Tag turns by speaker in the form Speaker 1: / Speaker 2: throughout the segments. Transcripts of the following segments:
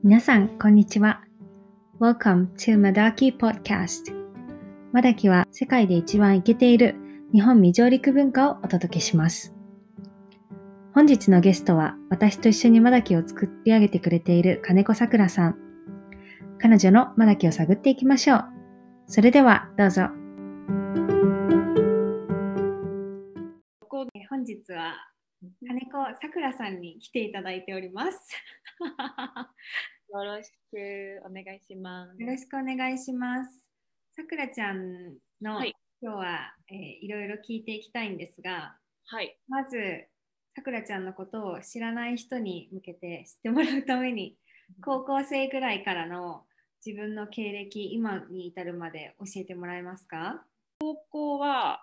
Speaker 1: 皆さん、こんにちは。Welcome to Madaki Podcast。マダキは世界で一番イケている日本未上陸文化をお届けします。本日のゲストは私と一緒にマダキを作り上げてくれている金子さくらさん。彼女のマダキを探っていきましょう。それではどうぞ。本日は金子さくらさんに来ていただいております。
Speaker 2: よろしくお願いします。
Speaker 1: よろしくお願いします。さくらちゃんの、今日は、いろいろ聞いていきたいんですが、
Speaker 2: はい、
Speaker 1: まずさくらちゃんのことを知らない人に向けて知ってもらうために、高校生ぐらいからの自分の経歴、今に至るまで教えてもらえますか？
Speaker 2: 高校は、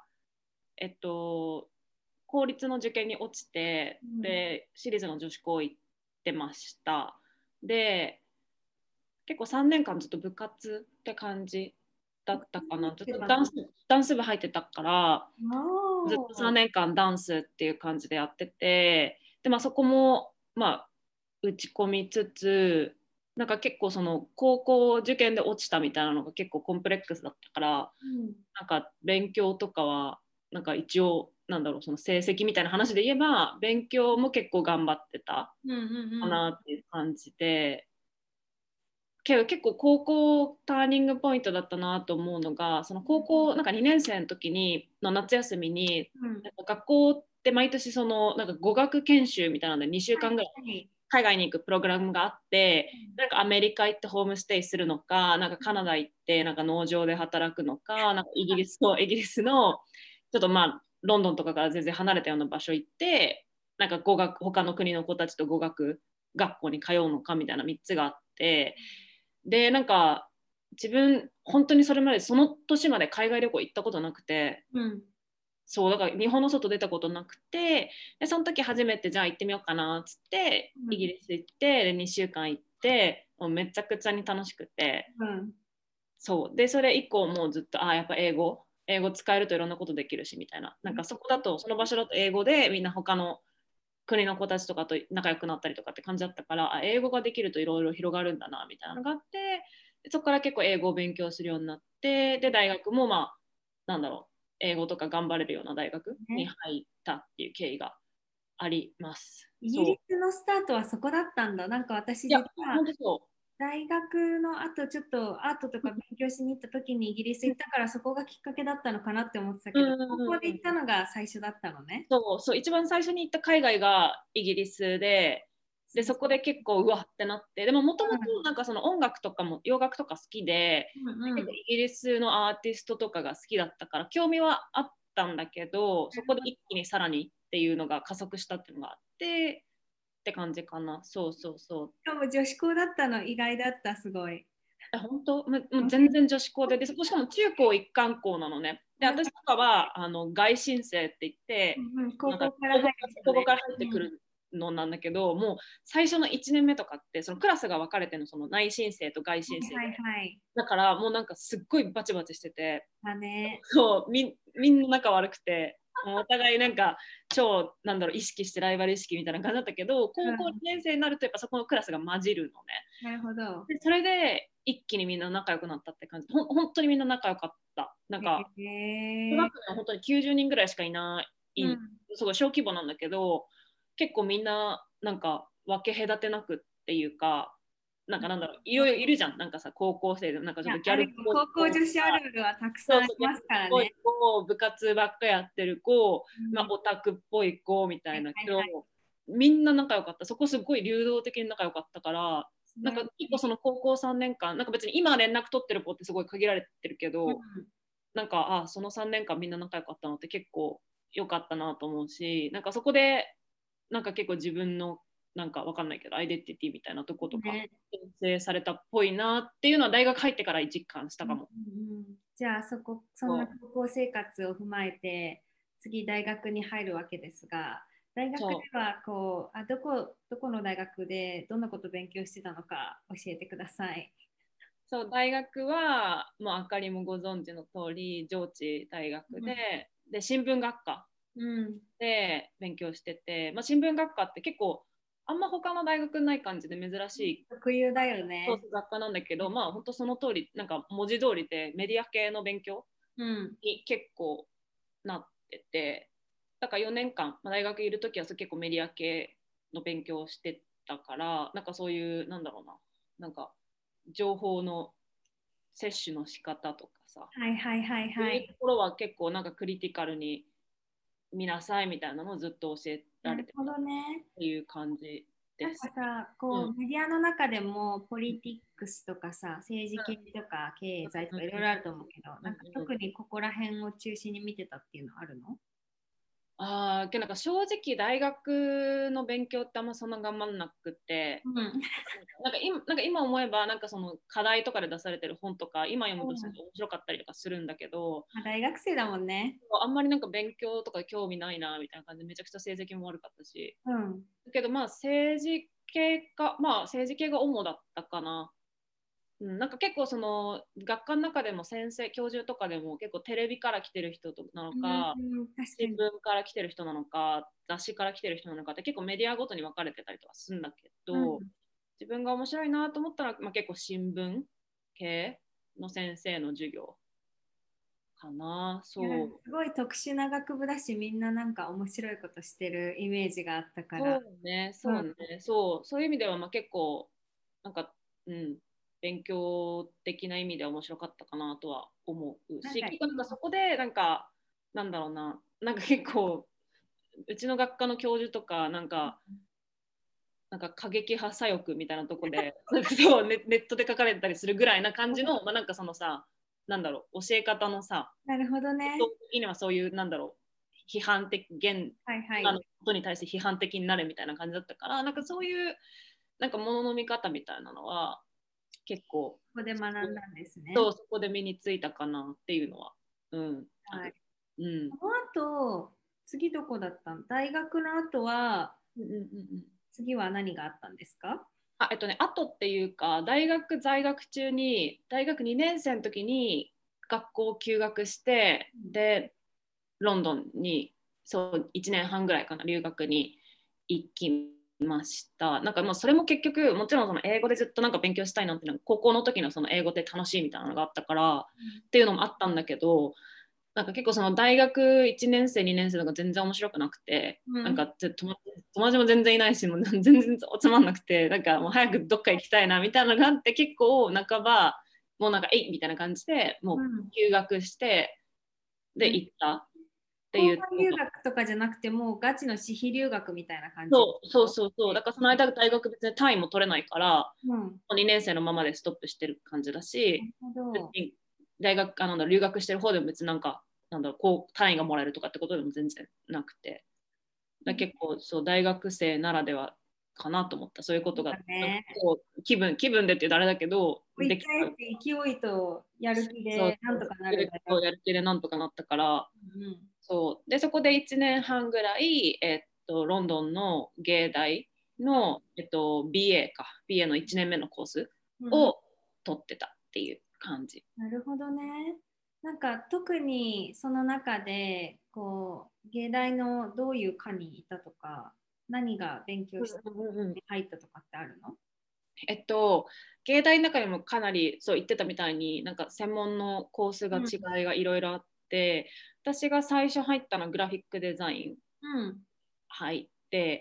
Speaker 2: 公立の受験に落ちて、で私立の女子校行ってました。で結構3年間ずっと部活って感じだったかな。ずっとダンス部入ってたからずっと3年間ダンスっていう感じでやってて、で、そこも打ち込みつつ、なんか結構その高校受験で落ちたみたいなのが結構コンプレックスだったから、なんか勉強とかはなんか一応その成績みたいな話で言えば勉強も結構頑張ってたかなっていう感じで、けど結構高校ターニングポイントだったなと思うのが、その高校なんか2年生の時の夏休みに、なんか学校って毎年そのなんか語学研修みたいなので2週間ぐらい海外に行くプログラムがあって、なんかアメリカ行ってホームステイするのか、なんかカナダ行ってなんか農場で働くのか、なんかイギリスのちょっとロンドンとかから全然離れたような場所行って、なんか他の国の子たちと語学学校に通うのかみたいな3つがあって、でなんか自分本当にそれまでその年まで海外旅行行ったことなくて、そうだから日本の外出たことなくて、でその時初めてじゃあ行ってみようかなっつってイギリス行って、で2週間行って、もうめちゃくちゃに楽しくて、そうでそれ以降もうずっとやっぱ英語使えるといろんなことできるしみたいな、なんかそこだとその場所だと英語でみんな他の国の子たちとかと仲良くなったりとかって感じだったから、英語ができるといろいろ広がるんだなみたいなのがあって、そこから結構英語を勉強するようになって、で大学も英語とか頑張れるような大学に入ったっていう経緯があります。
Speaker 1: イギリスのスタートはそこだったんだ。なんか私実は大学の後ちょっとアートとか勉強しに行った時にイギリス行ったから、そこがきっかけだったのかなって思ってたけど、高校で行ったのが最初だったのね。
Speaker 2: そう一番最初に行った海外がイギリスで、そこで結構うわってなって、でももともとなんかその音楽とかも洋楽とか好きで、結構イギリスのアーティストとかが好きだったから興味はあったんだけど、そこで一気にさらにっていうのが加速したっていうのがあってって感じかな。そうし
Speaker 1: かも女子校だったの意外だった。すごい。
Speaker 2: 本当もう全然女子校で、そこしかも中高一貫校なのね。で私とかは外申生って言って、
Speaker 1: 高校から入
Speaker 2: ってくるのなんだけど、もう最初の1年目とかってそのクラスが分かれてるの、その内申生と外申生で、だからもうなんかすっごいバチバチしてて、そうみんな仲悪くて、もうお互いなんか超意識してライバル意識みたいな感じだったけど、高校2年生になるとやっぱそこのクラスが混じるのね。
Speaker 1: なるほど。
Speaker 2: でそれで一気にみんな仲良くなったって感じ。本当にみんな仲良かった。なんか中学年は本当に90人ぐらいしかいない、すごい小規模なんだけど、結構みんななんか分け隔てなくっていうか、いろいろいるじゃん。なんかさ、高校生でなんかちょっとギャル
Speaker 1: 高校女子あるあるはたくさんありますからね。
Speaker 2: 部活ばっかやってる子、オタクっぽい子みたいな人、みんな仲良かった。そこすごい流動的に仲良かったから、なんか結構その高校3年間、なんか別に今連絡取ってる子ってすごい限られてるけど、なんかその3年間みんな仲良かったのって結構良かったなと思うし、なんかそこでなんか結構自分のなんかわかんないけどアイデンティティみたいなとことか形成されたっぽいなっていうのは大学入ってから実感したかも。
Speaker 1: じゃあそんな高校生活を踏まえて次大学に入るわけですが、大学ではどこの大学でどんなことを勉強してたのか教えてください。
Speaker 2: そう大学はもうあかりもご存知の通り上智大学で新聞学科で勉強してて、新聞学科って結構あんま他の大学ない感じで珍しい
Speaker 1: 特有だよね。
Speaker 2: 学科なんだけど、まあ本当その通り、なんか文字通りでメディア系の勉強
Speaker 1: うん。
Speaker 2: に結構なってて、だから4年間、まあ、大学いるときは結構メディア系の勉強をしてたから、なんかそういう、なんだろうな、なんか情報の摂取の仕方とかさ、
Speaker 1: はいはいはい
Speaker 2: そう
Speaker 1: はい。
Speaker 2: いうところは結構なんかクリティカルに見なさいみたいなのをずっと教えられてたっ
Speaker 1: なるほどね。
Speaker 2: ていう感じ
Speaker 1: なんか
Speaker 2: です。
Speaker 1: さ、
Speaker 2: うん。
Speaker 1: こうメディアの中でもポリティックスとかさ、政治系とか経済と
Speaker 2: うん
Speaker 1: かいろいろあると思うけど、なんか
Speaker 2: うん、
Speaker 1: 特にここら辺を中心に見てたっていうのあるの？
Speaker 2: けどなんか正直大学の勉強ってあんまそんな頑張んなくて、
Speaker 1: うん。
Speaker 2: なんか今思えばなんかその課題とかで出されてる本とか今読むとすごい面白かったりとかするんだけど、
Speaker 1: まあ、大学生だもんね。
Speaker 2: あんまりなんか勉強とか興味ないなみたいな感じでめちゃくちゃ成績も悪かったし、
Speaker 1: うん。
Speaker 2: だけどまあ政治系が主だったかな。うん、なんか結構その学科の中でも先生教授とかでも結構テレビから来てる人なの
Speaker 1: う
Speaker 2: か、
Speaker 1: ん、確か
Speaker 2: 新
Speaker 1: に。
Speaker 2: 聞から来てる人なのか、雑誌から来てる人なのかって結構メディアごとに分かれてたりとかするんだけど、
Speaker 1: うん。
Speaker 2: 自分が面白いなと思ったら、まあ、結構新聞系の先生の授業かな。
Speaker 1: いや、
Speaker 2: そう。
Speaker 1: すごい特殊な学部だし、みんななんか面白いことしてるイメージがあったから。
Speaker 2: そうね、
Speaker 1: うん。
Speaker 2: そうね、そういう意味ではまあ結構、なんか、うん、勉強的な意味では面白かったかなとは思うし、
Speaker 1: なんか、
Speaker 2: 結構なんかそこで、なんか、なんだろうな、なんか結構、うちの学科の教授とか、なんか過激派左翼みたいなとこで、なんかそうネットで書かれてたりするぐらいな感じの、まあ、なんかそのさ、なんだろう、教え方のさ、
Speaker 1: なるほどね。
Speaker 2: 的にはそういう、なんだろう、批判的、今の
Speaker 1: はいはい。
Speaker 2: ことに対して批判的になるみたいな感じだったから、なんかそういう、なんか物の見方みたいなのは、結構、
Speaker 1: ここで学んだんですね。
Speaker 2: そう、そこで身についたかなっていうのは、うん、あ
Speaker 1: はい。
Speaker 2: る。うん。
Speaker 1: この後、次どこだったの？大学の後は、
Speaker 2: うんうんうんうん。
Speaker 1: 次は何があったんですか？
Speaker 2: あとっていうか、大学在学中に、大学2年生の時に学校を休学して、
Speaker 1: うん。
Speaker 2: で、ロンドンに、そう、1年半ぐらいかな、留学に行きました。なんかもうそれも結局、もちろんその英語でずっとなんか勉強したいなっていうのは、高校の時のその英語って楽しいみたいなのがあったからっていうのもあったんだけど、なんか結構その大学1年生、2年生とか全然面白くなくて、
Speaker 1: うん。
Speaker 2: なんか友達も全然いないし、もう全然つまんなくて、なんかもう早くどっか行きたいなみたいなのがあって、結構半ば、もうなんか、えいみたいな感じで、もう
Speaker 1: うん。
Speaker 2: 休学して、で、
Speaker 1: うん。
Speaker 2: 行ったって
Speaker 1: 交
Speaker 2: いう。
Speaker 1: 換留学とかじゃなくて、もうガチの私費留学みたいな感じ。
Speaker 2: そうそうそうそう。だからその間大学別に単位も取れないから、
Speaker 1: うん。
Speaker 2: 2年生のままでストップしてる感じだし、
Speaker 1: なるほど。
Speaker 2: 別に大学、留学してる方でも別にこう単位がもらえるとかってことでも全然なくて。結構そう大学生ならではかなと思った。そういうことが、
Speaker 1: だね。
Speaker 2: こう気分でって言うとあれだけど、
Speaker 1: もう一
Speaker 2: できた。
Speaker 1: 回って勢いとやる気
Speaker 2: そう
Speaker 1: でなんとかなる大学。
Speaker 2: そうやる気でなんとかなったから、
Speaker 1: うん。
Speaker 2: そうでそこで1年半ぐらい、ロンドンの芸大の、BA の1年目のコース
Speaker 1: うん。
Speaker 2: を取ってたっていう感じ。
Speaker 1: なるほどね。なんか特にその中でこう芸大のどういう科にいたとか、何が勉強して入ったとかってあるの？
Speaker 2: えっと、芸大の中でもかなりそう言ってたみたいになんか専門のコースが
Speaker 1: うん。
Speaker 2: 違いがいろいろあって、私が最初入ったのはグラフィックデザイン
Speaker 1: うん。
Speaker 2: 入って、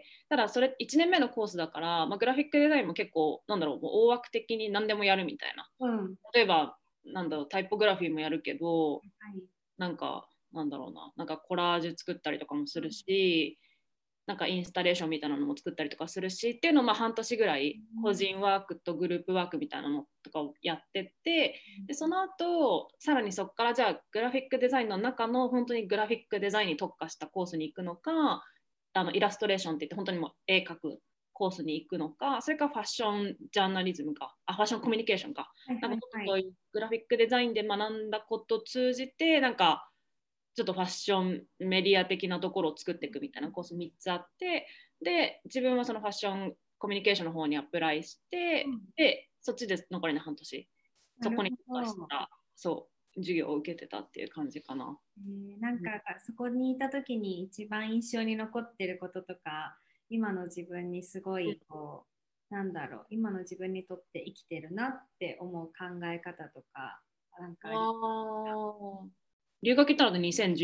Speaker 2: ただそれ1年目のコースだから、まあ、グラフィックデザインも結構なんだろう、もう大枠的に何でもやるみたいな。
Speaker 1: うん。
Speaker 2: 例えばなんだろう、タイポグラフィーもやるけど、
Speaker 1: はい。
Speaker 2: なんかなんだろうな、なんかコラージュ作ったりとかもするし、なんかインスタレーションみたいなのも作ったりとかするしっていうのをまあ半年ぐらい個人ワークとグループワークみたいなのとかをやってって、でその後さらにそこからじゃあグラフィックデザインの中の本当にグラフィックデザインに特化したコースに行くのか、イラストレーションって言って本当にもう絵描くコースに行くのか、それからファッションジャーナリズムか、ファッションコミュニケーションか、
Speaker 1: はい
Speaker 2: なんか
Speaker 1: はいはい。
Speaker 2: そういうグラフィックデザインで学んだことを通じて、なんかちょっとファッションメディア的なところを作っていくみたいなコース3つあって、で自分はそのファッションコミュニケーションの方にアプライして、
Speaker 1: うん。
Speaker 2: でそっちで残りの半年そこに
Speaker 1: なるほ
Speaker 2: 特化し
Speaker 1: ど。
Speaker 2: た授業を受けてたっていう感じかな。
Speaker 1: なんかそこにいた時に一番印象に残ってることとか、 今の自分にすごいこう、なんだろう、今の自分にとって生きてるなって思う考え方とか、なんかあり
Speaker 2: 留学行ったので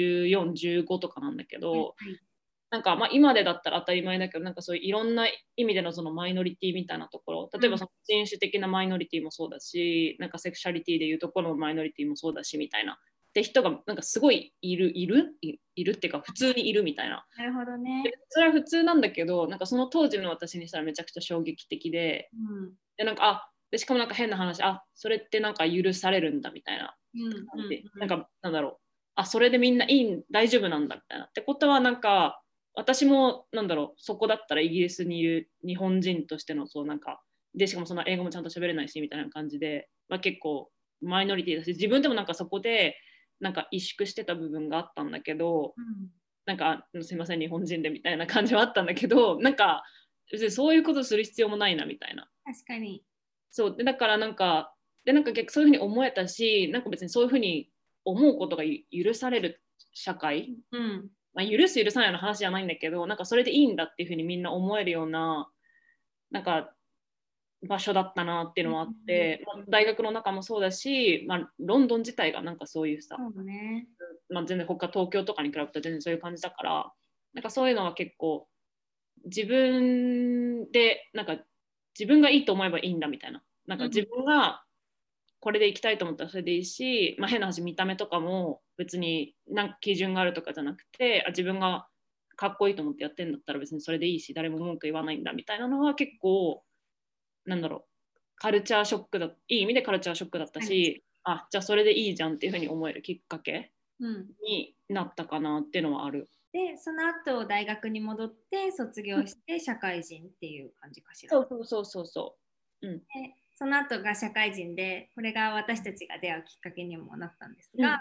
Speaker 2: 2014、15とかなんだけ
Speaker 1: はい
Speaker 2: ど、なんかまあ今でだったら当たり前だけど、なんかそういういろんな意味でのそのマイノリティみたいなところ、例えばその人種的なマイノリティもそうだし、なんかセクシャリティでいうところのマイノリティもそうだしみたいな。って人がなんかすごいいるっていうか普通にいるみたいな。
Speaker 1: なるほどね。
Speaker 2: それは普通なんだけど、なんかその当時の私にしたらめちゃくちゃ衝撃的で、でなんかでしかもなんか変な話、それってなんか許されるんだみたいな感じ。なんかなんだろう、それでみん大丈夫なんだみたいな。ってことはなんか私もなんだろう、そこだったらイギリスにいる日本人としてのそうなんかでしかもその英語もちゃんと喋れないしみたいな感じで、まあ、結構マイノリティだし、自分でもなんかそこでなんか萎縮してた部分があったんだけど、なんかすいません日本人でみたいな感じはあったんだけど、なんか別にそういうことする必要もないなみたいな。
Speaker 1: 確かに。
Speaker 2: そうでだからなんか結構そういうふうに思えたし、なんか別にそういうふうに思うことが許される社会、まあ、許す許さないの話じゃないんだけど、なんかそれでいいんだっていうふうにみんな思えるようななんか場所だったなっていうのもあって、まあ、大学の中もそうだし、まあ、ロンドン自体がなんかそういうさ、
Speaker 1: そうね。
Speaker 2: まあ、全然東京とかに比べたら全然そういう感じだから、なんかそういうのは結構自分でなんか自分がいいと思えばいいんだみたいな、なんか自分がこれで行きたいと思ったらそれでいいし、まあ、変な話見た目とかも別に何か基準があるとかじゃなくて、自分がかっこいいと思ってやってんだったら別にそれでいいし、誰も文句言わないんだみたいなのは結構なんだろう、カルチャーショックだ、いい意味でカルチャーショックだったし、じゃあそれでいいじゃんっていうふうに思えるきっかけになったかなっていうのはある。
Speaker 1: で、その後大学に戻って卒業して社会人っていう感じかしら。
Speaker 2: うん。
Speaker 1: で、その後が社会人で、これが私たちが出会うきっかけにもなったんですが、はい、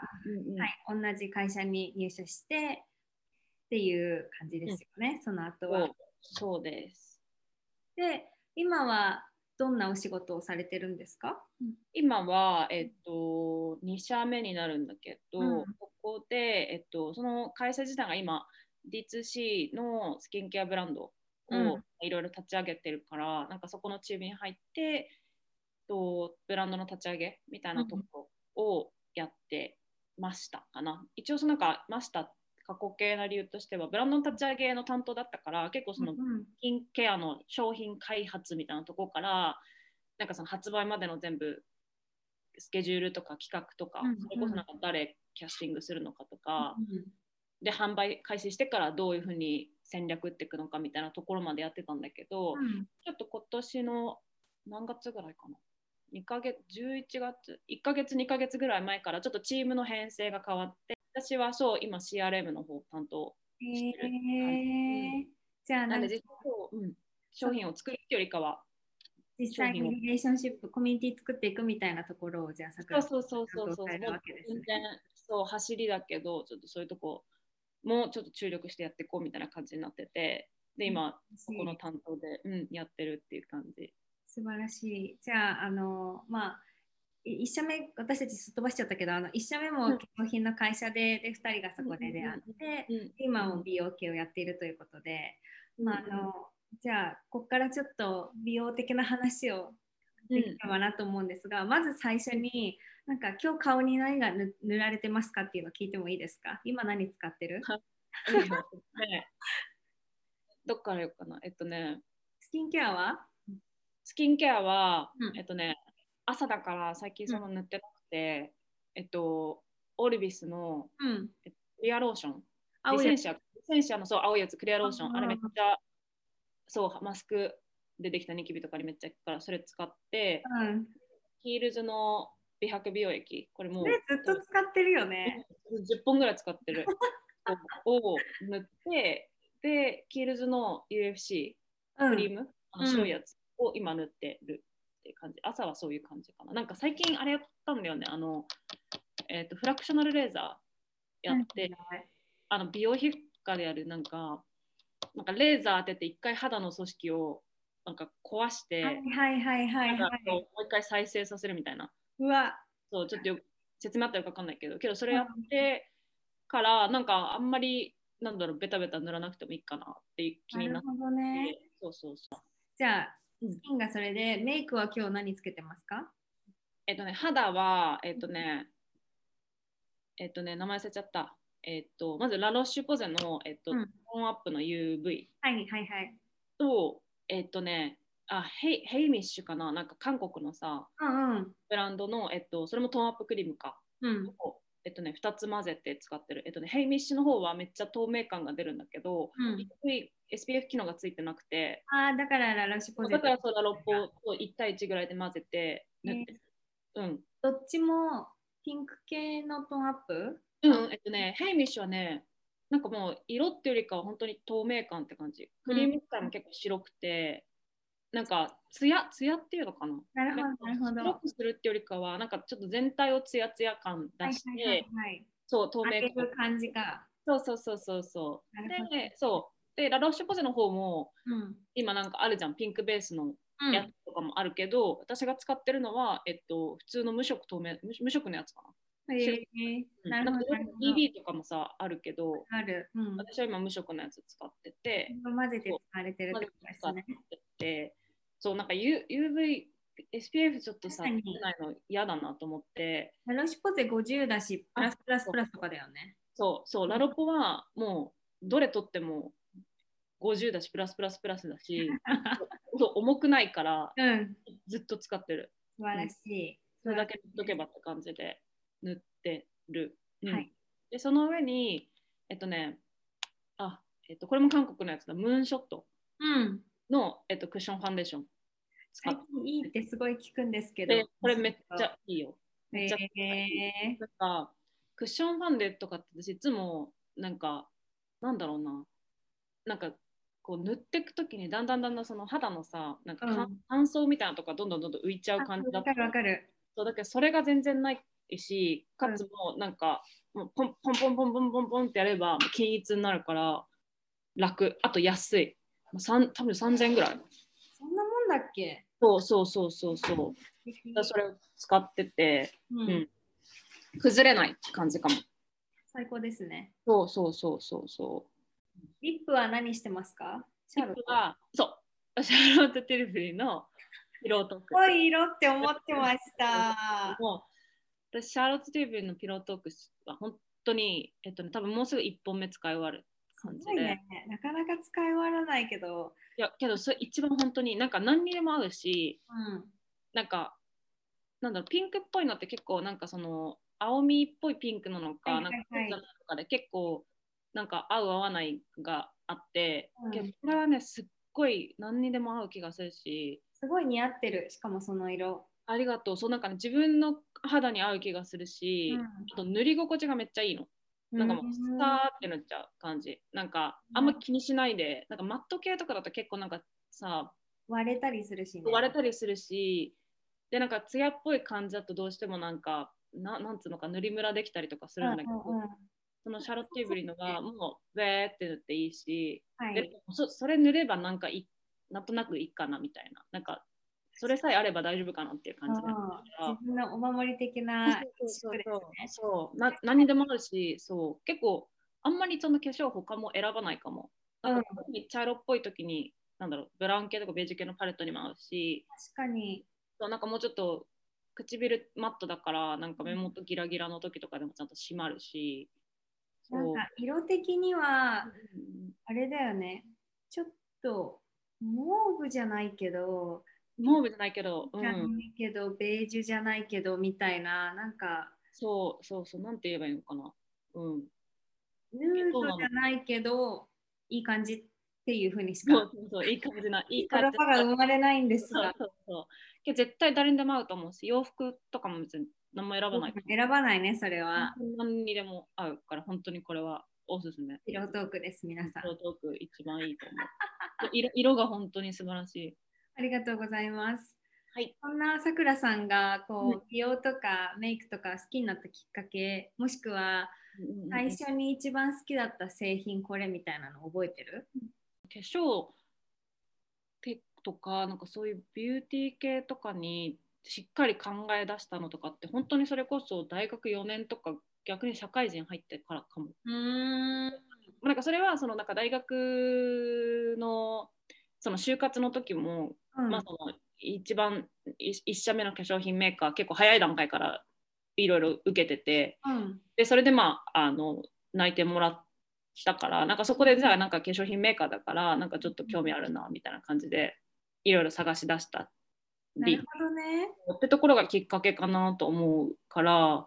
Speaker 1: 同じ会社に入社してっていう感じですよね、その後は。
Speaker 2: そうです。
Speaker 1: で、今はどんなお仕事をされてるんですか？
Speaker 2: 今は、2社目になるんだけど、ここで、その会社自体が今、D2C のスキンケアブランドをいろいろ立ち上げてるから、なんかそこのチームに入って、ブランドの立ち上げみたいなところをやってましたかな。一応、なんか、ました過去形な理由としては、ブランドの立ち上げの担当だったから、結構そのスキンケアの商品開発みたいなところから、なんかその発売までの全部スケジュールとか企画とか、それこそなんか誰キャスティングするのかとか、で販売開始してからどういうふうに戦略打っていくのかみたいなところまでやってたんだけど、ちょっと今年の何月ぐらいかな、2ヶ月、11月、1ヶ月、2ヶ月ぐらい前からちょっとチームの編成が変わって、私はそう、今 CRM の方を担当してる。
Speaker 1: じゃあ
Speaker 2: なんで実際、商品を作るよりかは、
Speaker 1: 実際にリレーションシップ、コミュニティ作っていくみたいなところを、じゃあ、桜さんが担当されるわけですね。
Speaker 2: そう、走りだけど、ちょっとそういうとこもちょっと注力してやっていこうみたいな感じになってて、で、今、そこの担当で、やってるっていう感じ。
Speaker 1: 素晴らしい。じゃあ、まあ、1社目、私たちすっ飛ばしちゃったけど、1社目も化粧品の会社で2人がそこで出会って、今も美容系をやっているということで、じゃあ、ここからちょっと美容的な話をできればなと思うんですが、まず最初に、なんか今日顔に何が塗られてますかっていうのを聞いてもいいですか？今何使ってる？
Speaker 2: どっからよくかな。
Speaker 1: スキンケアは
Speaker 2: 朝だから最近その塗ってなくて、オルビスの、クリアローション、リセンシアのそう青いやつ、クリアローション、あれめっちゃそうマスクでできたニキビとかにめっちゃいくからそれ使って、ヒールズの美白美容液、これもう
Speaker 1: ずっと使ってるよね。
Speaker 2: 10本ぐらい使ってるを塗って、でヒールズの UFC クリーム、白いやつを今塗ってるって感じ。朝はそういう感じかな。なんか最近あれやったんだよね、フラクショナルレーザーやって、美容皮膚科でやるなんかレーザー当てて一回肌の組織をなんか壊して、もう一回再生させるみたいな。そうちょっと説明あったら分かんないけど、それやってからなんかあんまりなんだろう、ベタベタ塗らなくてもいいかなっていう気になって
Speaker 1: なるほどね。
Speaker 2: そうそうそう。
Speaker 1: じゃあ、スキンがそれで、メイクは今日何つけてますか？
Speaker 2: 肌は、名前忘れちゃった。まずラロッシュポゼの、ト
Speaker 1: うん。
Speaker 2: ーンアップの UV
Speaker 1: はいはいはい。
Speaker 2: と、ヘイミッシュかな、なんか韓国のさ、
Speaker 1: うんうん。
Speaker 2: ブランドの、それもトーンアップクリームか。
Speaker 1: うん。
Speaker 2: を2つ混ぜて使ってる。ヘイミッシュの方はめっちゃ透明感が出るんだけど、
Speaker 1: うん。
Speaker 2: SPF 機能がついてなくて、
Speaker 1: ああ、だからラロシュポゼって。
Speaker 2: だからその6個を1対1ぐらいで混ぜて塗ってる。うん。
Speaker 1: どっちもピンク系のトーンアップ？
Speaker 2: うん、ヘイミッシュはね、なんかもう色っていうよりかは本当に透明感って感じ。ク
Speaker 1: うん。
Speaker 2: リーム自体も結構白くて、なんかツヤっていうのかな。
Speaker 1: なるほど、
Speaker 2: なんか
Speaker 1: なるほど。は
Speaker 2: 白くするっていうよりかは、なんかちょっと全体をツヤツヤ感出
Speaker 1: いはい
Speaker 2: し
Speaker 1: はい
Speaker 2: て、
Speaker 1: はい。
Speaker 2: そう、透明感。
Speaker 1: 当てる感じか。
Speaker 2: そうそうそうそうそう。
Speaker 1: なるほど。
Speaker 2: で、そう。で、ラロッシュポゼの方も、
Speaker 1: うん。
Speaker 2: 今なんかあるじゃん、ピンクベースのやつ
Speaker 1: うん。
Speaker 2: とかもあるけど、私が使ってるのは、普通の無色透明、無色のやつかな。白なんか
Speaker 1: なるほど、なるほど。
Speaker 2: BB とかもさ、あるけど、
Speaker 1: ある。うん。
Speaker 2: 私は今無色のやつ使ってて、
Speaker 1: 混ぜて
Speaker 2: そう
Speaker 1: 使われてるってこ
Speaker 2: まず
Speaker 1: とですね。
Speaker 2: 使ってて、そう、なんか、UV、SPF ちょっとさ、つけ
Speaker 1: 確かに、
Speaker 2: ないの嫌だなと思って、
Speaker 1: ラロシュポゼ50だし、プラ
Speaker 2: あ、
Speaker 1: スプラス
Speaker 2: そう
Speaker 1: プラスとかだよね。
Speaker 2: そう、ラロコはもう、どれ取っても50だし、プラスプラスプラスだし、そう重くないから、
Speaker 1: うん。
Speaker 2: ずっと使ってる。
Speaker 1: 素晴
Speaker 2: うん、
Speaker 1: らしい。素晴らし
Speaker 2: それだけ塗っと
Speaker 1: いです。
Speaker 2: けばって感じで塗ってる。うん、
Speaker 1: はい。
Speaker 2: で、その上に、えっとね、これも韓国のやつだ、ムーンショット
Speaker 1: うん。
Speaker 2: の、クッションファンデーション使っ
Speaker 1: 最近いいってすごい聞くんですけ
Speaker 2: て、
Speaker 1: ど。
Speaker 2: これめっちゃいいよ。めっちゃいい。
Speaker 1: え
Speaker 2: なんか、クッションファンデとかって私いつも、なんか、なんだろうな、なんか、こう塗っていくときにだんだんその肌のさ、なんか
Speaker 1: うん。
Speaker 2: 乾燥みたいなとかどんどん浮いちゃう
Speaker 1: あ、
Speaker 2: 感じだ
Speaker 1: わかるわ
Speaker 2: ったの。
Speaker 1: かる。
Speaker 2: そうだけどそれが全然ないし、か
Speaker 1: うん。
Speaker 2: つもうなんか、もうポンポンポンポンポンポンポンってやれば均一になるから楽。あと安い。多分3000円ぐらい。
Speaker 1: そんなもんだっけ？
Speaker 2: そう。
Speaker 1: 素敵。
Speaker 2: それを使ってて、
Speaker 1: うん。
Speaker 2: うん、崩れない感じかも。
Speaker 1: 最高ですね。
Speaker 2: そう。
Speaker 1: リップは何してますか？シ
Speaker 2: リッ
Speaker 1: ャーロット。
Speaker 2: プは、そう、シャーロット・ティルフリーのピロートーク。
Speaker 1: 濃い色って思ってました。
Speaker 2: もう私、シャーロット・ティルフリーのピロートークは本当に、多分もうすぐ1本目使い終わる
Speaker 1: す
Speaker 2: 感じで。
Speaker 1: ごいね。なかなか使い終わらないけど。
Speaker 2: いや、けど、それ一番本当になんか何にでも合うし、
Speaker 1: うん。
Speaker 2: なんか、なんだろう、ピンクっぽいのって結構なんかその、青みっぽいピンクなの
Speaker 1: はい
Speaker 2: か、なんかそうじゃ
Speaker 1: はいはい。
Speaker 2: ないのかで結構、なんか合う合わないがあって、けど、
Speaker 1: うん。
Speaker 2: これはね、すっごい何にでも合う気がするし、
Speaker 1: すごい似合ってる。しかもその色。
Speaker 2: ありがとう。そう、なんかね、自分の肌に合う気がするし、あと塗り心地がめっちゃいいの。
Speaker 1: うん。
Speaker 2: なんかもう、さーって塗っちゃう感じ。なんか、あんま気にしないで、なんかマット系とかだと結構なんかさ、
Speaker 1: 割れたりするしね。
Speaker 2: 割れたりするし、で、なんか艶っぽい感じだとどうしてもなんか、なんつうのか、塗りムラできたりとかす
Speaker 1: うん
Speaker 2: るんだけど、
Speaker 1: うんうん。
Speaker 2: そのシャロッティーブリのがもう、ベーって塗っていいし、で、
Speaker 1: はい。
Speaker 2: それ塗ればなんかなんとなくいいかなみたいな。なんか、それさえあれば大丈夫かなっていう感じで。
Speaker 1: 自分のお守り的
Speaker 2: そ
Speaker 1: な
Speaker 2: う
Speaker 1: 一色ですね。
Speaker 2: 何にでもあるし、そう、結構、あんまりその化粧他も選ばないかも。なんか、
Speaker 1: うん。
Speaker 2: 特に茶色っぽい時に、なんだろう、ブラウン系とかベージュ系のパレットにも合うし、
Speaker 1: 確かに。
Speaker 2: そうなんかもうちょっと唇マットだから、なんか目元ギラギラの時とかでもちゃんと締まるし、そ
Speaker 1: なんか色的には、
Speaker 2: う。
Speaker 1: あれだよね。ちょっと、モーブじゃないけど、
Speaker 2: モーブじゃないけど、
Speaker 1: じゃないけど、ベージュじゃないけど、みたいな、なんか、
Speaker 2: そう、なんて言えばいいのかな。うん。
Speaker 1: ヌードじ
Speaker 2: そうなの。
Speaker 1: ゃないけど、いい感じっていうふうにしか、
Speaker 2: いい感じな、い
Speaker 1: いい
Speaker 2: い感じな。
Speaker 1: 言葉が生まれないんですが、
Speaker 2: けど絶対誰にでも合うと思うし、洋服とかも別に何も選ばないか
Speaker 1: 選ばないね、それ
Speaker 2: ら。
Speaker 1: は。
Speaker 2: 何にでも合うから、本当にこれはおすすめ。
Speaker 1: ピロートークです、皆さん。
Speaker 2: ロートーク一番いいと思う。色が本当に素晴らしい。
Speaker 1: ありがとうございます。
Speaker 2: はい。
Speaker 1: そんなさくらさんが
Speaker 2: うん
Speaker 1: こう美容とかメイクとか好きになったきっかけ、もしくは最初に一番好きだった製品これみたいなの覚えてる？
Speaker 2: 化粧とか、なんかそういうビューティー系とかにしっかり考え出したのとかって、本当にそれこそ大学4年とか、逆に社会人入ってからかも。
Speaker 1: うーん。
Speaker 2: なんかそれはそのなんか大学のその就活の時も、まあその一番一社目の化粧品メーカー結構早い段階からいろいろ受けてて、でそれでまあ内定もらったから、なんかそこでじゃあなんか化粧品メーカーだからなんかちょっと興味あるなみたいな感じでいろいろ探し出した
Speaker 1: なるほどね。
Speaker 2: ってところがきっかけかなと思うから、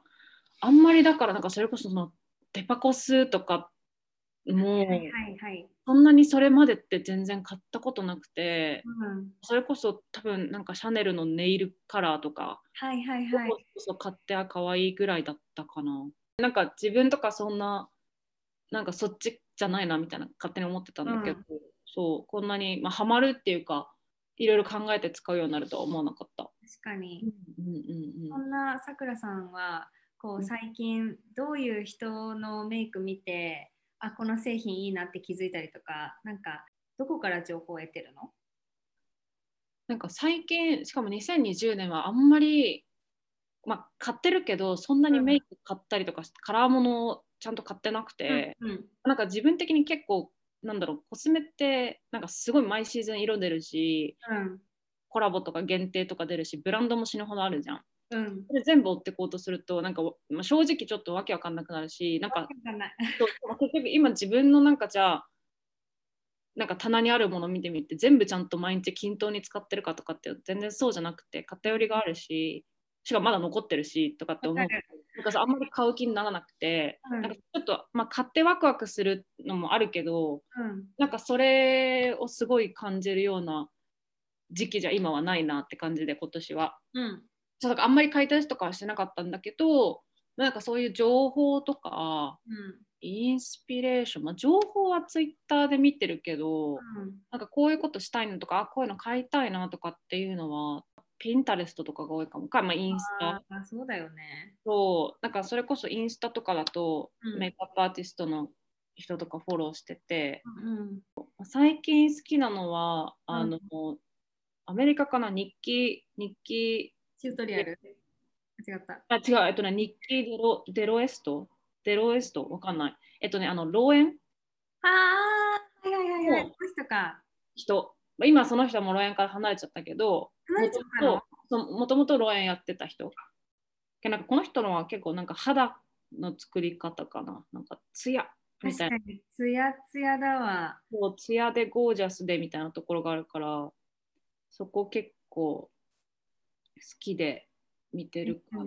Speaker 2: あんまりだからなんかそれこそそのデパコスとかもうそんなにそれまでって全然買ったことなくて、それこそ多分なんかシャネルのネイルカラーとかそう買って可愛いぐらいだったかな。なんか自分とかそんななんかそっちじゃないなみたいな勝手に思ってたんだけど、そうこんなに、まあ、ハマるっていうかいろいろ考えて使うようになるとは思わなかった。
Speaker 1: 確かに。そんなさくらさんはこう最近どういう人のメイク見て、あ、この製品いいなって気づいたりとか、なんかどこから情報を得てるの？
Speaker 2: なんか最近、しかも2020年はあんまり、まあ、買ってるけどそんなにメイク買ったりとかカラーものをちゃんと買ってなくて、なんか自分的に結構なんだろう、コスメってなんかすごい毎シーズン色出るし、コラボとか限定とか出るし、ブランドも死ぬほどあるじゃん。それ全部追ってこうとするとなんか、まあ、正直ちょっとわけわかんなくなるし、なんかそう結局今自分のなんかじゃあなんか棚にあるもの見てみて全部ちゃんと毎日均等に使ってるかとかって全然そうじゃなくて偏りがあるし、しかもまだ残ってるしとかって思う、なんかさあんまり買う気にならなくて、なんかちょっと、まあ、買ってワクワクするのもあるけど、なんかそれをすごい感じるような時期じゃ今はないなって感じで今年は、そうだからあんまり買い足しとかはしてなかったんだけど、なんかそういう情報とか、インスピレーション、まあ、情報はツイッターで見てるけど、なんかこういうことしたいのとか、あ、こういうの買いたいなとかっていうのは、ピンタレストとかが多いかもか、まあ、インスタ。
Speaker 1: そうだよね。
Speaker 2: そう、なんかそれこそインスタとかだと、メイクアップアーティストの人とかフォローしてて、最近好きなのは、アメリカかな、日記
Speaker 1: チュートリアル間違った。
Speaker 2: あ、違う、日記デロエストわかんない。ローエン
Speaker 1: ああ、
Speaker 2: の
Speaker 1: この人か。
Speaker 2: 人。今その人はもうローエンから離れちゃったけど、
Speaker 1: 離れちゃったの？
Speaker 2: もともとローエンやってた人。なんかこの人のは結構なんか肌の作り方かな。なんかツヤみたいな。
Speaker 1: 確かに、ツヤツヤだわ。
Speaker 2: こうツヤでゴージャスでみたいなところがあるから、そこ結構好きで見てるかな。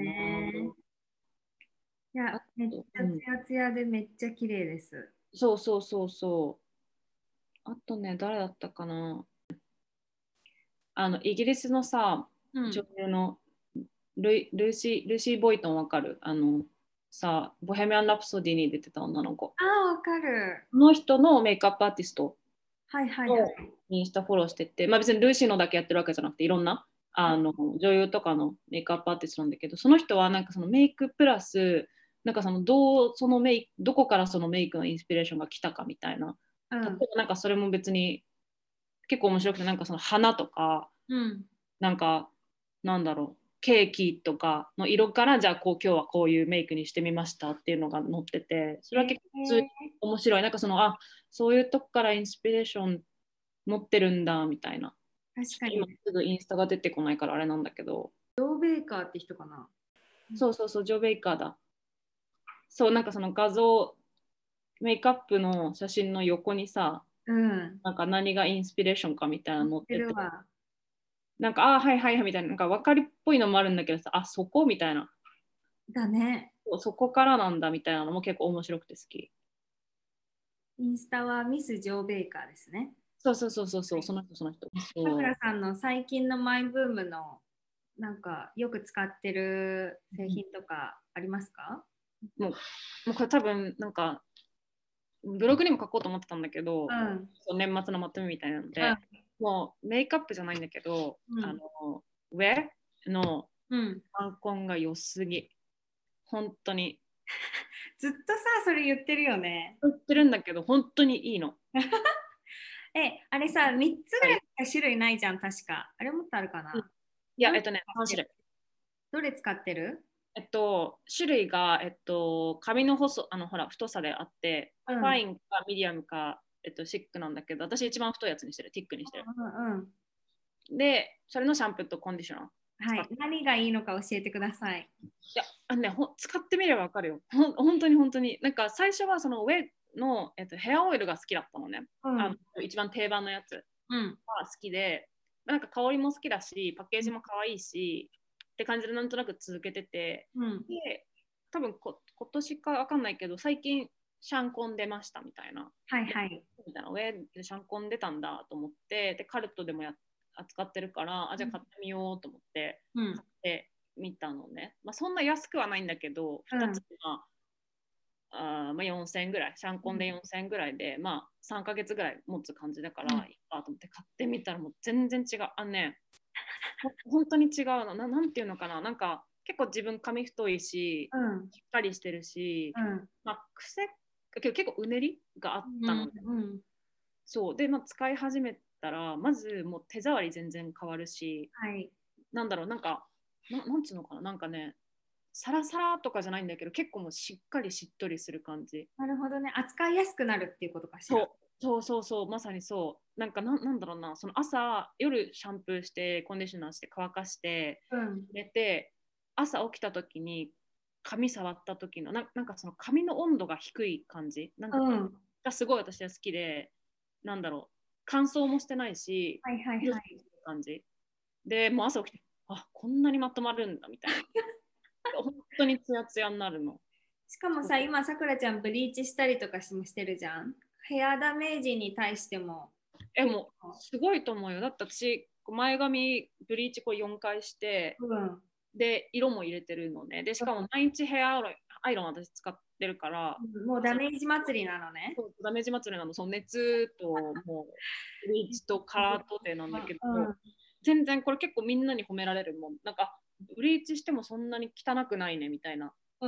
Speaker 1: いや、めっちゃツヤツヤでめっちゃ綺麗です。
Speaker 2: そうそうそうそう。あとね、誰だったかな。イギリスのさ、女優のルーシー・ボイトンわかる？さ、ボヘミアン・ラプソディに出てた女の子。
Speaker 1: ああ、わかる。
Speaker 2: この人のメイクアップアーティスト
Speaker 1: い。
Speaker 2: をインスタフォローしてて、まあ、別にルーシーのだけやってるわけじゃなくて、いろんな女優とかのメイクアップアーティストなんだけど、その人はなんかそのメイクプラス、なんかそのどこからそのメイクのインスピレーションが来たかみたいな。例えばなんかそれも別に結構面白くて、なんかその花とか、なんかなんだろう、ケーキとかの色からじゃあこう今日はこういうメイクにしてみましたっていうのが載ってて、それは結構普通に面白い。なんかそういうとこからインスピレーション持ってるんだみたいな。
Speaker 1: 確かに。
Speaker 2: 今すぐインスタが出てこないからあれなんだけど。
Speaker 1: ジョー・ベイカーって人かな？
Speaker 2: そうそうそう、ジョー・ベイカーだ。そう、なんかその画像、メイクアップの写真の横にさ、なんか何がインスピレーションかみたいなの載ってて、なんか、ああ、はいはいはいみたいな、なんか分かりっぽいのもあるんだけどさ、あ、そこみたいな。
Speaker 1: だね。
Speaker 2: そこからなんだみたいなのも結構面白くて好き。
Speaker 1: インスタはミス・ジョー・ベイカーですね。
Speaker 2: そうそうそうそうそう、その人その人。
Speaker 1: さくらさんの最近のマイブームのなんかよく使ってる製品とかありますか？
Speaker 2: もうこれ多分なんかブログにも書こうと思ってたんだけど、年末のまとめみたいなので、もうメイクアップじゃないんだけど、ウェアのアンコンが良すぎ。本当に。
Speaker 1: ずっとさ、それ言ってるよね。
Speaker 2: 言ってるんだけど、本当にいいの。
Speaker 1: あれさ、3つぐらいしか種類ないじゃん、確か。あれもっとあるかな？
Speaker 2: いや、3種類。
Speaker 1: どれ使ってる？
Speaker 2: 種類が、髪のほら、太さであって、
Speaker 1: うん。
Speaker 2: ファインかミディアムか、シックなんだけど、私一番太いやつにしてる、ティックにしてる。
Speaker 1: うんうん。
Speaker 2: で、それのシャンプーとコンディショナー
Speaker 1: はい。
Speaker 2: 使って。
Speaker 1: 何がいいのか教えてください。
Speaker 2: いや、使ってみればわかるよ。本当に本当に。なんか最初はそのウェイの、ヘアオイルが好きだったのね。
Speaker 1: うん。
Speaker 2: 一番定番のやつが
Speaker 1: うん。
Speaker 2: 好きで、なんか香りも好きだし、パッケージも可愛いし、って感じでなんとなく続けてて、
Speaker 1: うん。
Speaker 2: で、多分今年かわかんないけど、最近シャンコン出ましたみたいな。
Speaker 1: はいはい。
Speaker 2: みたいな、ウェイでシャンコン出たんだと思って、で、カルトでも扱ってるから、じゃあ買ってみようと思って
Speaker 1: うん。
Speaker 2: 買ってみたのね。まあ、そんな安くはないんだけど、2つ
Speaker 1: うん。
Speaker 2: が、まあ、4000円ぐらい、シャンコンで4000円ぐらいで、まあ、3ヶ月ぐらい持つ感じだから、いいかと思って買ってみたら、もう全然違う。本当に違うの。なんていうのかな。なんか、結構自分髪太いし、
Speaker 1: うん。
Speaker 2: しっかりしてるし、
Speaker 1: うん。
Speaker 2: まあ、結構うねりがあっ
Speaker 1: うん。
Speaker 2: たので、
Speaker 1: うん。
Speaker 2: そう。で、まあ、使い始めたら、まずもう手触り全然変わるし、
Speaker 1: はい。
Speaker 2: なんだろう、なんつうのかな、なんかね、サラサラとかじゃないんだけど、結構もうしっかりしっとりする感じ。
Speaker 1: なるほどね。扱いやすくなるっていうことかしら。
Speaker 2: そうそう、まさにそう。なんだろうな、その夜シャンプーして、コンディショナーして、乾かして、
Speaker 1: うん。
Speaker 2: 寝て、朝起きた時に、髪触った時の、なんかその髪の温度が低い感じ、なん
Speaker 1: う
Speaker 2: ていうのかな、
Speaker 1: ん。
Speaker 2: がすごい私は好きで、なんだろう、乾燥もしてないし、
Speaker 1: はいはい
Speaker 2: フル
Speaker 1: はい。
Speaker 2: フルしてる感じ。で、もう朝起きて、こんなにまとまるんだみたいな。本当にツヤツヤになるの。
Speaker 1: しかもさ、今、さくらちゃんブリーチしたりとかもしてるじゃん。ヘアダメージに対しても
Speaker 2: もう、すごいと思うよ。だって私、前髪、ブリーチ4回して、
Speaker 1: うん。
Speaker 2: で、色も入れてるのね。で、しかも毎日ヘアアイロン私使ってるから、
Speaker 1: もうダメージ祭りなのね。
Speaker 2: そうダメージ祭りなの、その熱ともうブリーチとカラーとでなんだけど、
Speaker 1: うん。
Speaker 2: 全然これ結構みんなに褒められるもん。なんか、ブリーチしてもそんなに汚くないねみたいな。
Speaker 1: うん。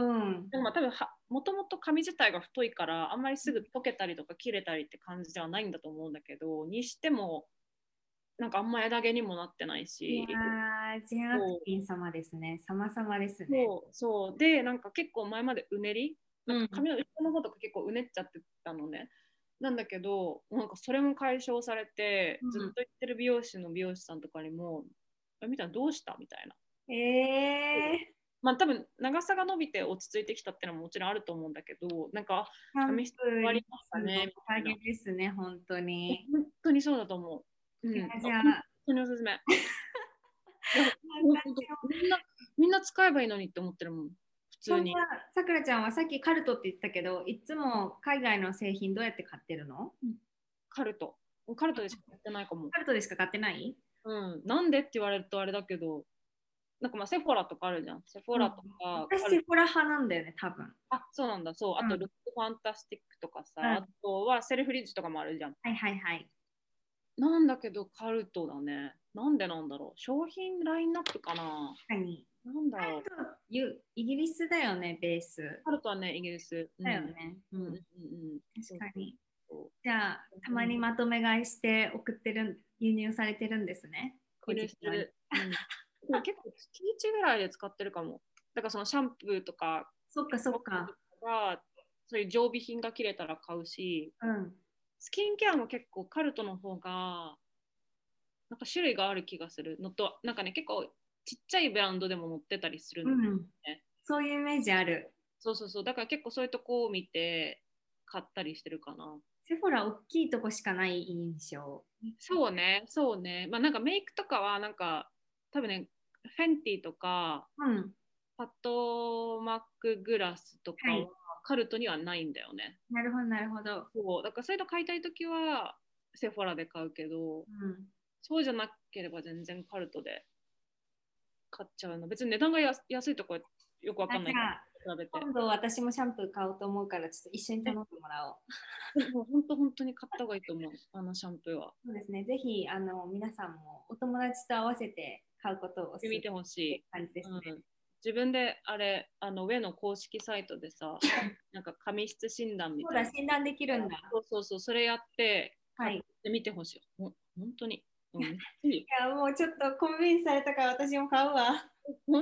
Speaker 2: でもまあ多分もともと髪自体が太いからあんまりすぐ溶けたりとか切れたりって感じではないんだと思うんだけど、にしてもなんかあんま枝毛にもなってない
Speaker 1: いや
Speaker 2: し、
Speaker 1: ー、ジェア
Speaker 2: そう
Speaker 1: トピン様ですね。様々ですね。
Speaker 2: そうで、なんか結構前までうねり、なんか
Speaker 1: うん。
Speaker 2: 髪の後ろの方とか結構うねっちゃってたのね。なんだけど、なんかそれも解消されて、ずっと
Speaker 1: うん。
Speaker 2: 行ってる美容師の美容師さんとかにも、みたいな、どうしたみたいな。まあ多分長さが伸びて落ち着いてきたっていうのももちろんあると思うんだけど、なんか
Speaker 1: シャン
Speaker 2: 髪質変わ
Speaker 1: プー
Speaker 2: りましたね
Speaker 1: のお
Speaker 2: みたいな。
Speaker 1: かげですね、本当に。
Speaker 2: 本当にそうだと思う。
Speaker 1: いや、じゃ
Speaker 2: 本
Speaker 1: あ、
Speaker 2: 当におすすめ。いや、本当
Speaker 1: 私も
Speaker 2: みんな使えばいいのにって思ってるもん、普通に。
Speaker 1: そんな、さくらちゃんはさっきカルトって言ってたけど、いつも海外の製品どうやって買ってるの？
Speaker 2: カルト。カルトでしかやってないかも。
Speaker 1: カルトでしか買ってない？
Speaker 2: なんでって言われるとあれだけど、なんかまあセフォラとかあるじゃん。セフォ
Speaker 1: うん。
Speaker 2: ラとか、
Speaker 1: 私、セフォラ派なんだよね、多分。
Speaker 2: そうなんだ、そう。あと、
Speaker 1: うん。
Speaker 2: ルックファンタスティックとかさ、あ
Speaker 1: うん。
Speaker 2: とはセルフリッジとかもあるじゃん。
Speaker 1: はいはいはい。
Speaker 2: なんだけど、カルトだね。なんでなんだろう。商品ラインナップかな。
Speaker 1: 確かに。
Speaker 2: なんだ
Speaker 1: カル
Speaker 2: ろう。
Speaker 1: ト、イギリスだよね、ベース。
Speaker 2: カルトはね、イギリス。うん。
Speaker 1: だよね。うん。
Speaker 2: そう
Speaker 1: 確かに。
Speaker 2: そ
Speaker 1: じゃあ、た
Speaker 2: う。
Speaker 1: まにまとめ買いして輸入されてるんですね。個
Speaker 2: 輸
Speaker 1: 人用に。
Speaker 2: 入してる。でも結構月1ぐらいで使ってるかも。だからそのシャンプーとか、
Speaker 1: そっかそっか。
Speaker 2: が、そういう常備品が切れたら買うし、
Speaker 1: うん。
Speaker 2: スキンケアも結構カルトの方が、なんか種類がある気がするのと、なんかね、結構ちっちゃいブランドでも載ってたりするん
Speaker 1: うん。
Speaker 2: ね。
Speaker 1: そういうイメージある。
Speaker 2: そう。だから結構そういうとこを見て買ったりしてるかな。
Speaker 1: セフォラ大きいとこしかない印象。
Speaker 2: そうね。まあなんかメイクとかはなんか多分ね、フェンティとか
Speaker 1: うん。
Speaker 2: パッドマックグラスとかは
Speaker 1: はい。
Speaker 2: カルトにはないんだよね。
Speaker 1: なるほど、なるほど。
Speaker 2: そう、だからそういうの買いたいときはセフォラで買うけど、
Speaker 1: うん。
Speaker 2: そうじゃなければ全然カルトで買っちゃうの。別に値段が安いとこよくわかんないか
Speaker 1: じゃあ、
Speaker 2: ら比べて。
Speaker 1: 今度私もシャンプー買おうと思うから、ちょっと一緒に頼んでもらおう。
Speaker 2: もう本当に買った方がいいと思う。あのシャンプーは。
Speaker 1: そうですね。ぜひ、皆さんもお友達と合わせて買うことをお勧めっ
Speaker 2: 見てほし
Speaker 1: て
Speaker 2: い。
Speaker 1: 感じですね。
Speaker 2: 自分で上の公式サイトでさ、なんか髪質診断み
Speaker 1: そうだ、
Speaker 2: たいな。
Speaker 1: 診断できるんだ。
Speaker 2: そう、それやって買っ
Speaker 1: はい。い
Speaker 2: てみてほしい。本当に。めっちゃいいよ。
Speaker 1: や、もうちょっとコンビニされたから私も買うわ。
Speaker 2: ほんい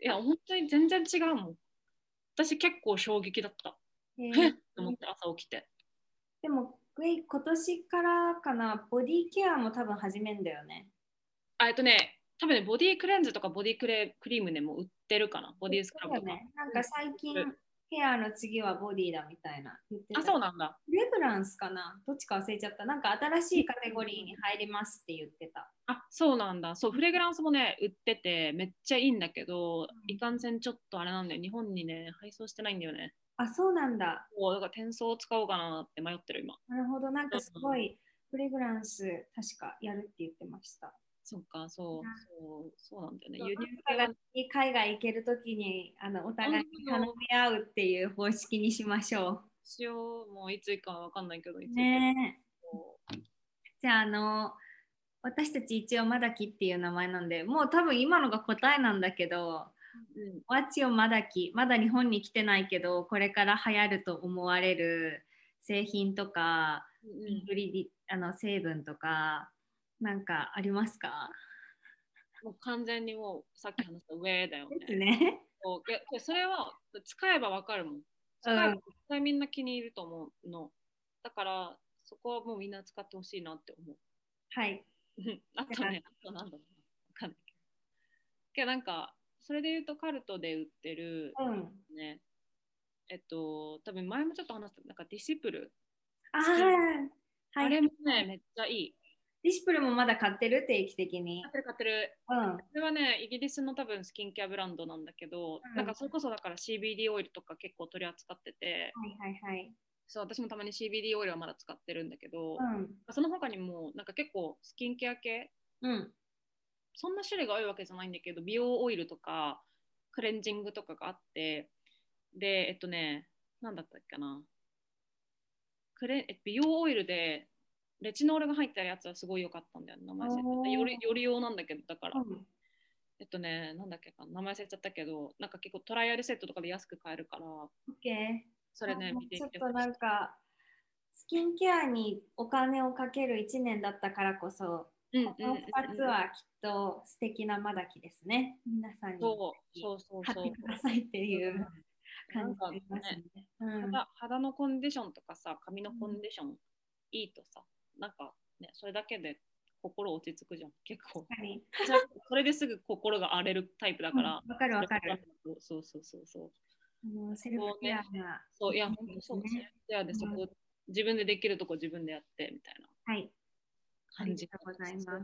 Speaker 2: いや、本当に全然違うもん。私結構衝撃だった。えっと思って朝起きて。
Speaker 1: でも、今年からかな、ボディケアも多分始めんだよね。
Speaker 2: 多分ね、ボディクレンズとかボディクリームでも売ってるかな。ボディスクラブとか。
Speaker 1: ね、なんか最近、ヘアの次はボディだみたいな言ってた。
Speaker 2: あ、そうなんだ。
Speaker 1: フレグランスかな、どっちか忘れちゃった。なんか新しいカテゴリーに入りますって言ってた。
Speaker 2: あ、そうなんだ。そう、フレグランスもね、売ってて、めっちゃいいんだけど、いかんせんちょっとあれなんだよ。日本にね、配送してないんだよね。
Speaker 1: あ、そうなんだ。
Speaker 2: だから転送を使おうかなって迷ってる今。
Speaker 1: なるほど、なんかすごいフレグランス確かやるって言ってました。
Speaker 2: そうか、そうなんだよね。
Speaker 1: 輸入系海外行けるときにお互いに頼み合うっていう方式にしましょう。
Speaker 2: しよう、もういつ行くかわかんないけど、いつ行く
Speaker 1: ね。じゃあ私たち一応まだきっていう名前なんで、もう多分今のが答えなんだけど、わちよまだき、まだ日本に来てないけど、これから流行ると思われる製品とか、成分とか、なんかありますか？
Speaker 2: もう完全にもうさっき話した上だよね。
Speaker 1: ですね。
Speaker 2: それは使えばわかるもん。使えば絶対みんな気に入ると思うの。だからそこはもうみんな使ってほしいなって思う。
Speaker 1: はい。
Speaker 2: あとね、あとなんだろうな。わかんないけど。なんか、それで言うとカルトで売ってる、ね、多分前もちょっと話した、なんかディシプル。あれもね、めっちゃいい。
Speaker 1: ディシプルもまだ買ってる？定期的に。
Speaker 2: 買ってる。これはね、イギリスの多分スキンケアブランドなんだけど、なんかそれこそだから CBD オイルとか結構取り扱ってて、そう、私もたまに CBD オイルはまだ使ってるんだけど、その他にもなんか結構スキンケア系、そんな種類が多いわけじゃないんだけど、美容オイルとかクレンジングとかがあって、で、なんだったっけな、美容オイルでレチノールが入ってるやつはすごい良かったんだよ、名前忘れちゃった。より用なんだけど、だから。なんだっけか、名前忘れちゃったけど、なんか結構トライアルセットとかで安く買えるから、それね、見て
Speaker 1: ちょっとなんか、スキンケアにお金をかける1年だったからこそ、この2つはきっと素敵なまだきですね。皆さんに買ってくださいっていう感じがありますね。
Speaker 2: 肌のコンディションとかさ、髪のコンディションいいとさ、なんかね、それだけで心落ち着くじゃん、結構。それですぐ心が荒れるタイプだから。
Speaker 1: わかるわかる。
Speaker 2: そう。
Speaker 1: セルフケアが。
Speaker 2: そう、いや、本当そうですね。セルフケアでそこ、自分でできるとこ自分でやってみたいな感じ。
Speaker 1: ありがとうございます。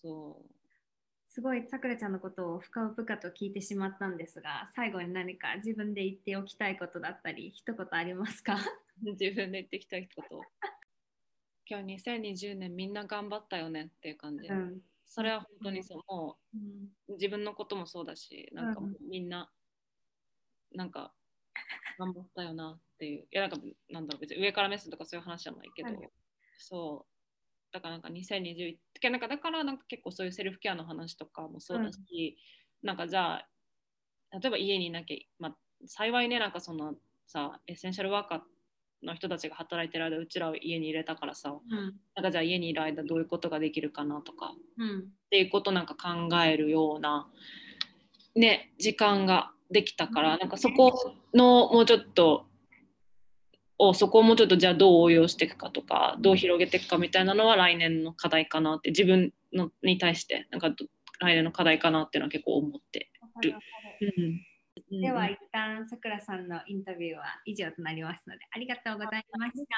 Speaker 1: すごいさくらちゃんのことを深々と聞いてしまったんですが、最後に何か自分で言っておきたいことだったり、一言ありますか？
Speaker 2: 自分で言っておきたいこと。今日2020年みんな頑張ったよねっていう感じ。それは本当にそう、もう自分のこともそうだし、なんかみんな、なんか頑張ったよなっていう。いや、なんだろう、別に上から目線とかそういう話じゃないけど、そう。だからなんか2021だからなんか結構そういうセルフケアの話とかもそうだし、なんかじゃあ例えば家にいなきゃ、幸いね、なんかそのさエッセンシャルワーカーの人たちが働いてる間うちらを家に入れたからさ、なんかじゃあ家にいる間どういうことができるかなとか、っていうことなんか考えるようなね時間ができたから、なんかそこのもうちょっとそこをもうちょっとじゃあどう応用していくかとかどう広げていくかみたいなのは来年の課題かなって、自分のに対してなんか来年の課題かなっていうのは結構思ってる。
Speaker 1: では一旦さくらさんのインタビューは以上となりますので、ありがとうございました。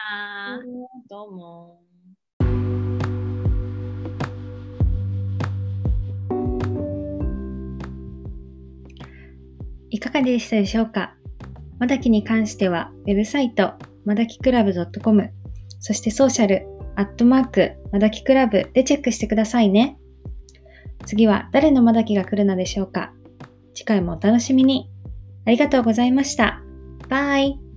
Speaker 2: どうも。
Speaker 1: いかがでしたでしょうか？まだきに関しては、ウェブサイト、まだきクラブ .com、そしてソーシャル、まだきクラブでチェックしてくださいね。次は誰のまだきが来るのでしょうか？次回もお楽しみに。ありがとうございました。バイ。